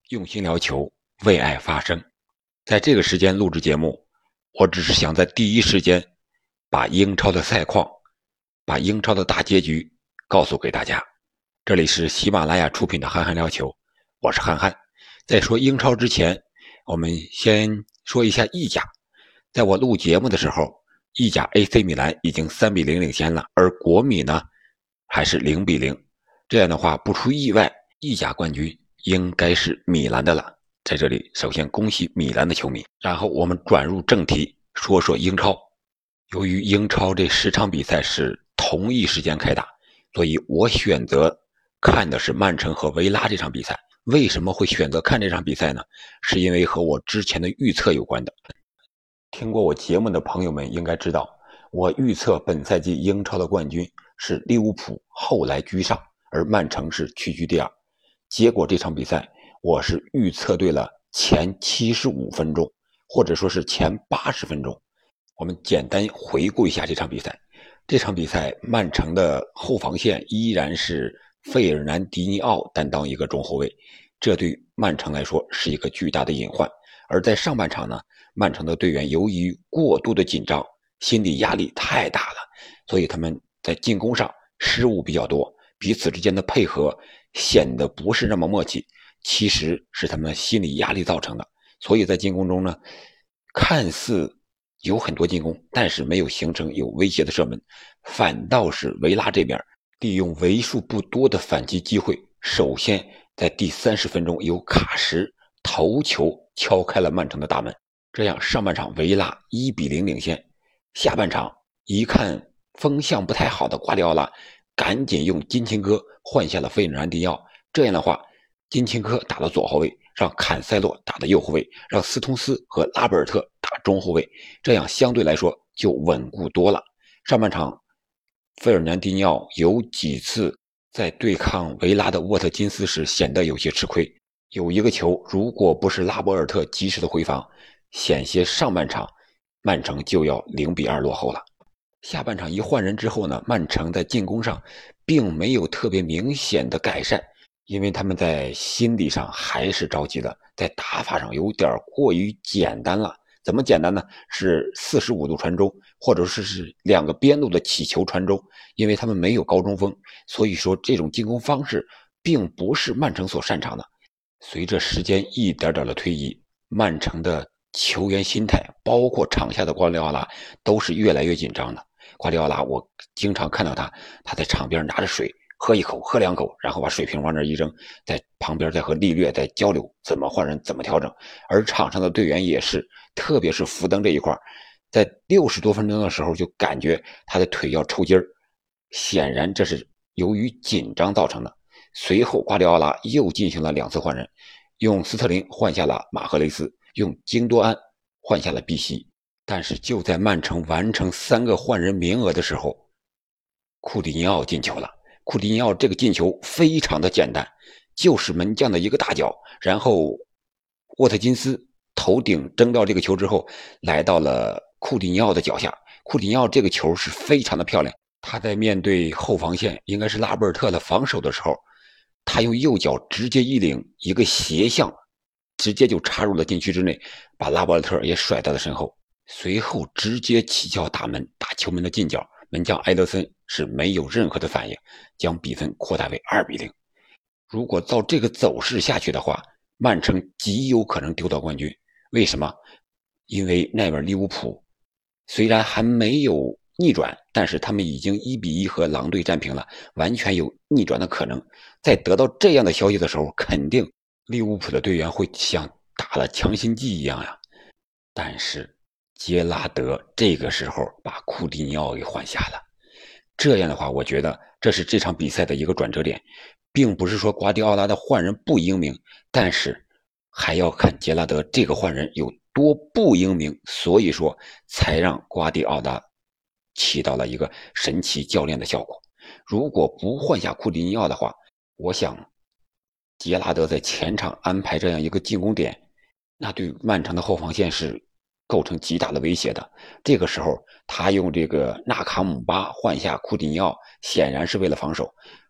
用心聊球，为爱发声。在这个时间录制节目，我只是想在第一时间把英超的赛况，把英超的大结局告诉给大家。这里是喜马拉雅出品的憨憨聊球，我是憨憨。在说英超之前，我们先说一下意甲。在我录节目的时候，意甲 AC 米兰已经3-0领先了，而国米呢还是0-0。这样的话，不出意外，意甲冠军应该是米兰的了。在这里首先恭喜米兰的球迷，然后我们转入正题，说说英超。由于英超这10场比赛是同一时间开打，所以我选择看的是曼城和维拉这场比赛。为什么会选择看这场比赛呢？是因为和我之前的预测有关的。听过我节目的朋友们应该知道，我预测本赛季英超的冠军是利物浦后来居上，而曼城是屈居第二。结果这场比赛我是预测对了前75分钟，或者说是前80分钟。我们简单回顾一下这场比赛。这场比赛曼城的后防线依然是费尔南迪尼奥担当一个中后卫，这对曼城来说是一个巨大的隐患。而在上半场呢，曼城的队员由于过度的紧张，心理压力太大了，所以他们在进攻上失误比较多，彼此之间的配合显得不是那么默契，其实是他们心理压力造成的。所以在进攻中呢，看似有很多进攻，但是没有形成有威胁的射门，反倒是维拉这边利用为数不多的反击机会，首先在第30分钟由卡什头球敲开了曼城的大门，这样上半场维拉1-0领先。下半场一看风向不太好的瓜迪奥拉赶紧用金琴科换下了费尔南迪奥，这样的话金琴科打了左后卫，让坎塞洛打的右后卫，让斯通斯和拉波尔特打中后卫，这样相对来说就稳固多了。上半场费尔南迪尼奥有几次在对抗维拉的沃特金斯时显得有些吃亏，有一个球如果不是拉波尔特及时的回防，险些上半场曼城就要0-2落后了。下半场一换人之后呢，曼城在进攻上并没有特别明显的改善，因为他们在心理上还是着急了，在打法上有点过于简单了。怎么简单呢？是45度传中，或者是2个边路的起球传中，因为他们没有高中锋，所以说这种进攻方式并不是曼城所擅长的。随着时间一点点的推移，曼城的球员心态，包括场下的瓜迪奥拉，都是越来越紧张的。瓜迪奥拉，我经常看到他在场边拿着水喝一口喝2口，然后把水瓶往那一扔，在旁边再和利略在交流怎么换人怎么调整。而场上的队员也是，特别是福登这一块，在60多分钟的时候就感觉他的腿要抽筋儿，显然这是由于紧张造成的。随后瓜迪奥拉又进行了2次换人，用斯特林换下了马赫雷斯，用京多安换下了碧玺。但是就在曼城完成3个换人名额的时候，库蒂尼奥进球了。库蒂尼奥这个进球非常的简单，就是门将的一个大脚，然后沃特金斯头顶争掉这个球之后，来到了库蒂尼奥的脚下。库蒂尼奥这个球是非常的漂亮，他在面对后防线应该是拉波尔特的防守的时候，他用右脚直接一领一个斜向，直接就插入了禁区之内，把拉波尔特也甩在了身后。随后直接起脚打门，打球门的近角，门将埃德森是没有任何的反应，将比分扩大为2-0。如果照这个走势下去的话，曼城极有可能丢到冠军。为什么？因为那边利物浦虽然还没有逆转，但是他们已经1-1和狼队战平了，完全有逆转的可能。在得到这样的消息的时候，肯定利物浦的队员会像打了强心剂一样呀。但是杰拉德这个时候把库蒂尼奥给换下了，这样的话，我觉得这是这场比赛的一个转折点，并不是说瓜迪奥拉的换人不英明，但是还要看杰拉德这个换人有多不英明，所以说才让瓜迪奥拉起到了一个神奇教练的效果。如果不换下库蒂尼奥的话，我想杰拉德在前场安排这样一个进攻点，那对曼城的后防线是构成极大的威胁的。这个时候他用这个纳卡姆巴换下库蒂尼奥，显然是为了防守，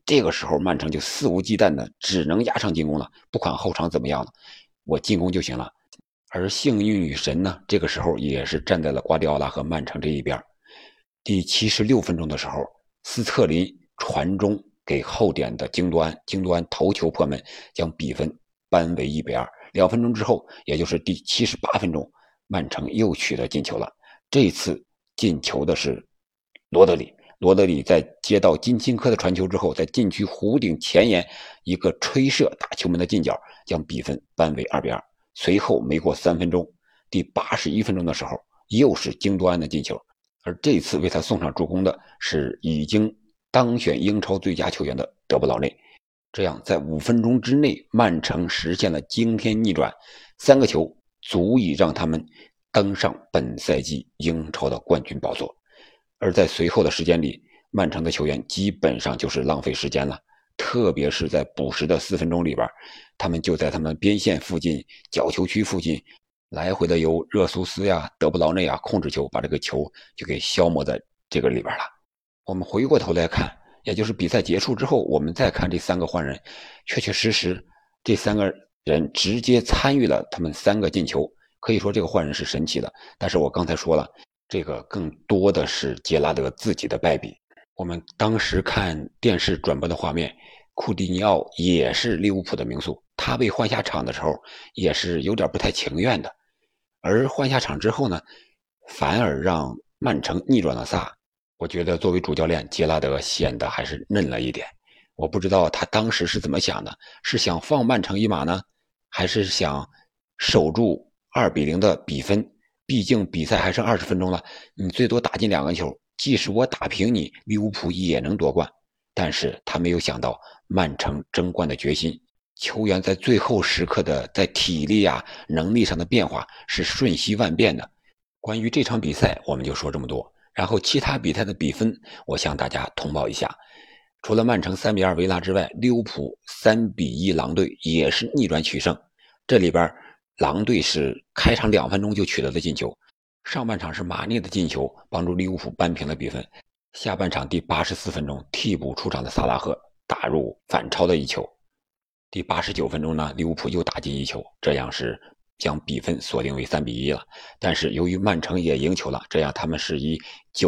这个时候曼城就肆无忌惮的只能压上进攻了，不管后场怎么样了，我进攻就行了。而幸运女神呢，这个时候也是站在了瓜迪奥拉和曼城这一边。第76分钟的时候，斯特林传中给后点的京多安，京多安头球破门，将比分扳为1-2。2分钟之后，也就是第78分钟，曼城又取得进球了。这次进球的是罗德里，罗德里在接到金钦科的传球之后，在禁区弧顶前沿一个吹射打球门的近角，将比分扳为2-2。随后没过3分钟，第81分钟的时候，又是京多安的进球。而这次为他送上助攻的是已经当选英超最佳球员的德布劳内。这样在5分钟之内，曼城实现了惊天逆转，3个球足以让他们登上本赛季英超的冠军宝座。而在随后的时间里，曼城的球员基本上就是浪费时间了，特别是在补时的4分钟里边，他们就在他们边线附近、角球区附近来回的由热苏斯呀、德布劳内啊控制球，把这个球就给消磨在这个里边了。我们回过头来看，也就是比赛结束之后，我们再看这3个换人，确确实实这3个人直接参与了他们3个进球，可以说这个换人是神奇的。但是我刚才说了，这个更多的是杰拉德自己的败笔。我们当时看电视转播的画面，库蒂尼奥也是利物浦的名宿，他被换下场的时候也是有点不太情愿的。而换下场之后呢，反而让曼城逆转了仨。我觉得作为主教练杰拉德显得还是嫩了一点。我不知道他当时是怎么想的，是想放曼城一马呢，还是想守住2-0的比分？毕竟比赛还剩20分钟了，你最多打进2个球，即使我打平你，利物浦也能夺冠。但是他没有想到曼城争冠的决心，球员在最后时刻的在体力啊、能力上的变化是瞬息万变的。关于这场比赛，我们就说这么多。然后其他比赛的比分，我向大家通报一下。除了曼城3-2维拉之外，利物浦3-1狼队也是逆转取胜。这里边狼队是开场2分钟就取得了进球，上半场是马内的进球帮助利物浦扳平了比分。下半场第84分钟，替补出场的萨拉赫打入反超的一球。第89分钟呢，利物浦又打进一球，这样是将比分锁定为3-1了。但是由于曼城也赢球了，这样他们是以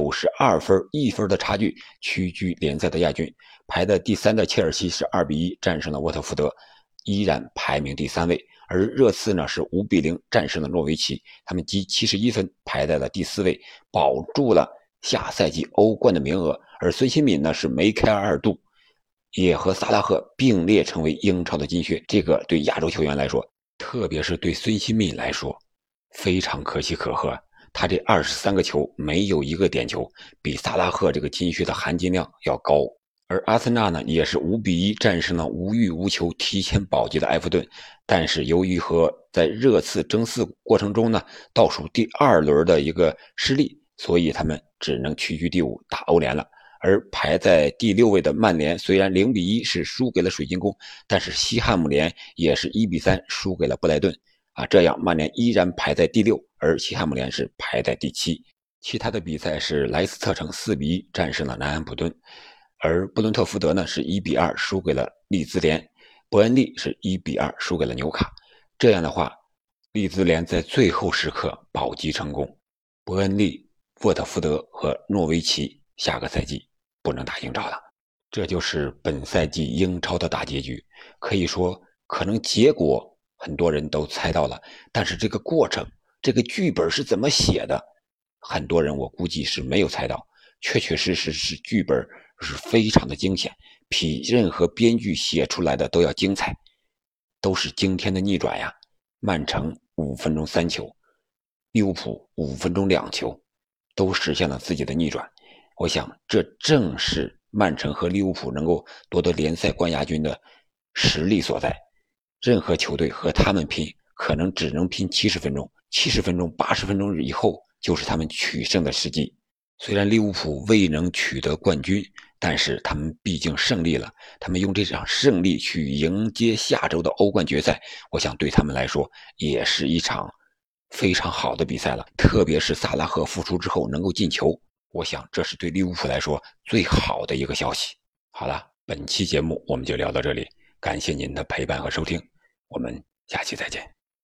92分1分的差距屈居联赛的亚军。排在第3的切尔西是2-1战胜了沃特福德，依然排名第3位。而热刺呢是5-0战胜了诺维奇，他们积71分排在了第4位，保住了下赛季欧冠的名额。而孙兴敏呢是梅开二度，也和萨拉赫并列成为英超的金靴。这个对亚洲球员来说，特别是对孙兴敏来说，非常可喜可贺。他这23个球没有一个点球，比萨拉赫这个金靴的含金量要高。而阿森纳呢，也是5-1战胜了无欲无求提前保级的埃弗顿，但是由于和在热刺争4过程中呢，倒数第2轮的一个失利，所以他们只能屈居第5打欧联了。而排在第6位的曼联虽然0-1是输给了水晶宫，但是西汉姆联也是1-3输给了布莱顿啊，这样曼联依然排在第6，而西汉姆联是排在第7。其他的比赛是莱斯特城4-1战胜了南安普敦，而布伦特福德呢是1-2输给了利兹联，伯恩利是1-2输给了纽卡。这样的话，利兹联在最后时刻保级成功，伯恩利、沃特福德和诺维奇下个赛季不能打英超了。这就是本赛季英超的大结局。可以说，可能结果很多人都猜到了，但是这个过程，这个剧本是怎么写的，很多人我估计是没有猜到。确确实实是剧本是非常的惊险，比任何编剧写出来的都要精彩，都是惊天的逆转呀！曼城5分钟3球，利物浦5分钟2球，都实现了自己的逆转。我想这正是曼城和利物浦能够夺得联赛冠亚军的实力所在。任何球队和他们拼，可能只能拼70分钟，70分钟、80分钟以后就是他们取胜的时机。虽然利物浦未能取得冠军，但是他们毕竟胜利了，他们用这场胜利去迎接下周的欧冠决赛，我想对他们来说也是一场非常好的比赛了。特别是萨拉赫复出之后能够进球，我想这是对利物浦来说最好的一个消息。好了， 本期节目我们就聊到这里，感谢您的陪伴和收听，我们下期再见。